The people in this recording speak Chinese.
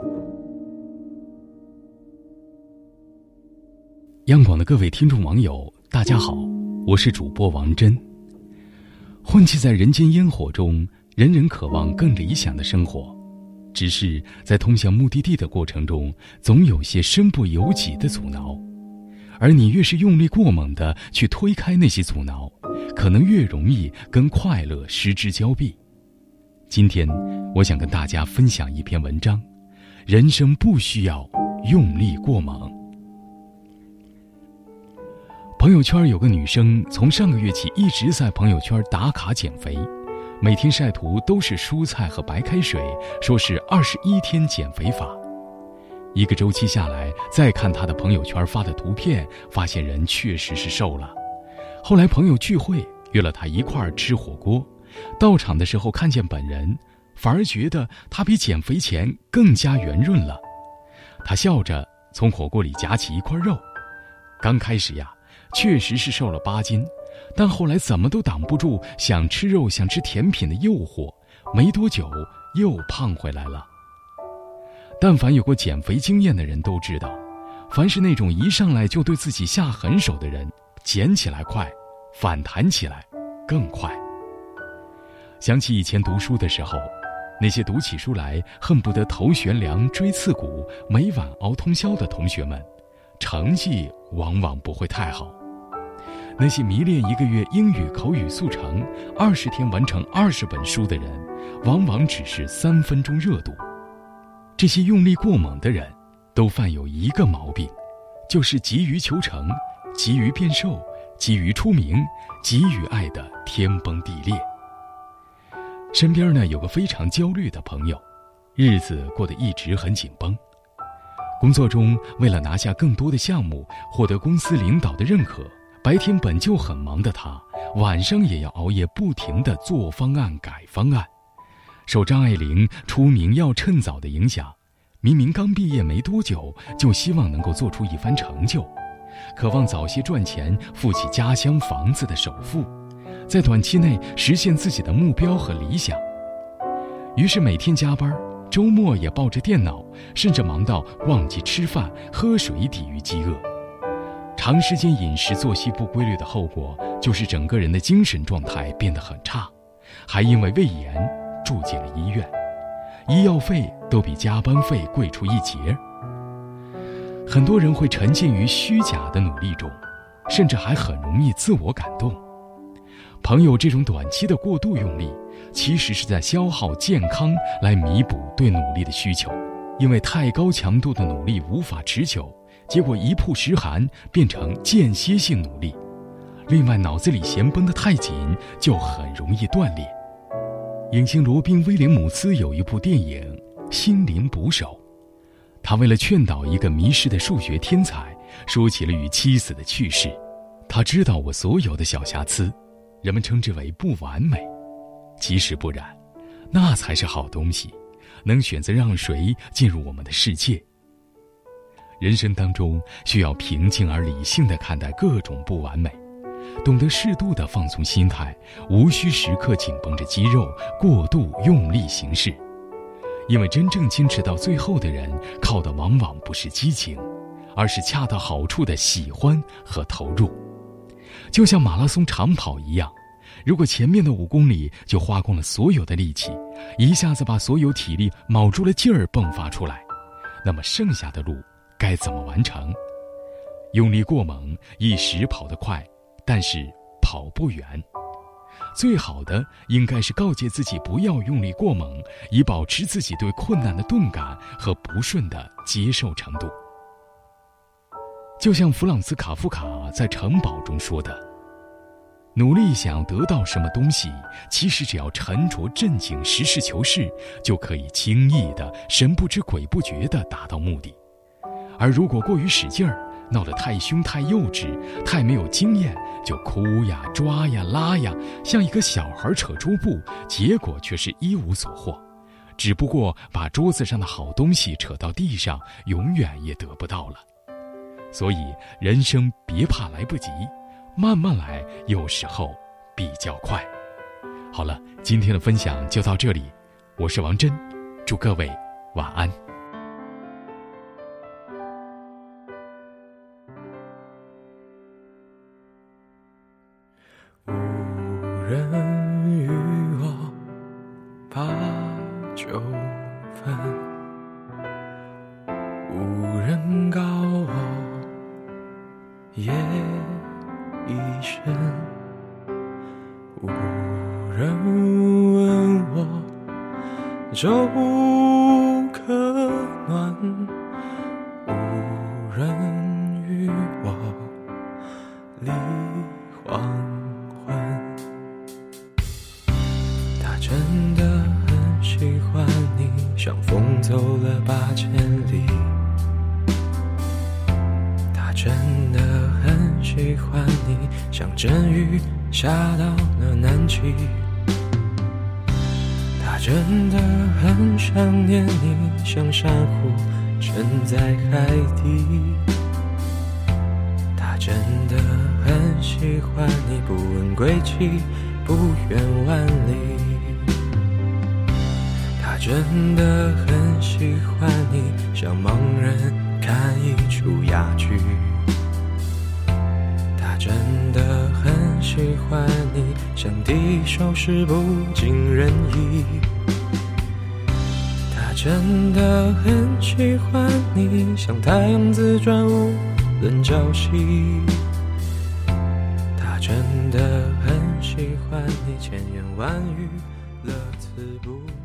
央广的各位听众网友，大家好，我是主播王真。混迹在人间烟火中，人人渴望更理想的生活，只是在通向目的地的过程中，总有些身不由己的阻挠，而你越是用力过猛地去推开那些阻挠，可能越容易跟快乐失之交臂。今天我想跟大家分享一篇文章，人生不需要用力过猛。朋友圈有个女生从上个月起一直在朋友圈打卡减肥，每天晒图都是蔬菜和白开水，说是21天减肥法。一个周期下来，再看她的朋友圈发的图片，发现人确实是瘦了。后来朋友聚会约了她一块儿吃火锅，到场的时候看见本人，反而觉得她比减肥前更加圆润了。她笑着从火锅里夹起一块肉，刚开始呀确实是瘦了8斤，但后来怎么都挡不住想吃肉想吃甜品的诱惑，没多久又胖回来了。但凡有过减肥经验的人都知道，凡是那种一上来就对自己下狠手的人，减起来快，反弹起来更快。想起以前读书的时候，那些读起书来恨不得头悬梁锥刺股，每晚熬通宵的同学们，成绩往往不会太好。那些迷恋一个月英语口语速成，20天完成20本书的人，往往只是3分钟热度。这些用力过猛的人，都犯有一个毛病，就是急于求成，急于变瘦，急于出名，急于爱得天崩地裂。身边呢有个非常焦虑的朋友，日子过得一直很紧绷。工作中为了拿下更多的项目，获得公司领导的认可，白天本就很忙的他，晚上也要熬夜不停地做方案改方案。受张爱玲出名要趁早的影响，明明刚毕业没多久，就希望能够做出一番成就，渴望早些赚钱付起家乡房子的首付，在短期内实现自己的目标和理想。于是每天加班，周末也抱着电脑，甚至忙到忘记吃饭喝水抵御饥饿。长时间饮食作息不规律的后果，就是整个人的精神状态变得很差，还因为胃炎住进了医院，医药费都比加班费贵出一截。很多人会沉浸于虚假的努力中，甚至还很容易自我感动。朋友这种短期的过度用力，其实是在消耗健康来弥补对努力的需求，因为太高强度的努力无法持久，结果一曝十寒变成间歇性努力。另外脑子里弦绷得太紧，就很容易断裂。影星罗宾·威廉姆斯有一部电影《心灵捕手》，他为了劝导一个迷失的数学天才，说起了与妻子的趣事。他知道我所有的小瑕疵，人们称之为不完美，其实不然，那才是好东西，能选择让谁进入我们的世界。人生当中需要平静而理性地看待各种不完美，懂得适度地放松心态，无需时刻紧绷着肌肉，过度用力行事。因为真正坚持到最后的人，靠的往往不是激情，而是恰到好处的喜欢和投入。就像马拉松长跑一样，如果前面的5公里就花光了所有的力气，一下子把所有体力卯住了劲儿迸发出来，那么剩下的路该怎么完成？用力过猛，一时跑得快，但是跑不远。最好的应该是告诫自己不要用力过猛，以保持自己对困难的钝感和不顺的接受程度。就像弗朗茨·卡夫卡在《城堡》中说的，努力想得到什么东西，其实只要沉着镇静，实事求是，就可以轻易的神不知鬼不觉地达到目的。而如果过于使劲儿，闹得太凶太幼稚，太没有经验，就哭呀抓呀拉呀，像一个小孩扯桌布，结果却是一无所获，只不过把桌子上的好东西扯到地上，永远也得不到了。所以人生别怕来不及，慢慢来，有时候比较快。好了，今天的分享就到这里，我是王真，祝各位晚安。 无人告我夜已深，无人问我粥可暖，无人与我立黄昏。他真的很喜欢你，像风走了8000里。他真的很喜欢你，像阵雨下到了南极。他真的很想念你，像珊瑚沉在海底。他真的很喜欢你，不问归期，不远万里。他真的很喜欢你，像盲人看一出哑剧。他真的很喜欢你，像敌手时不尽人意。他真的很喜欢你，像太阳自转无人朝夕。他真的很喜欢你，千言万语乐此不疲。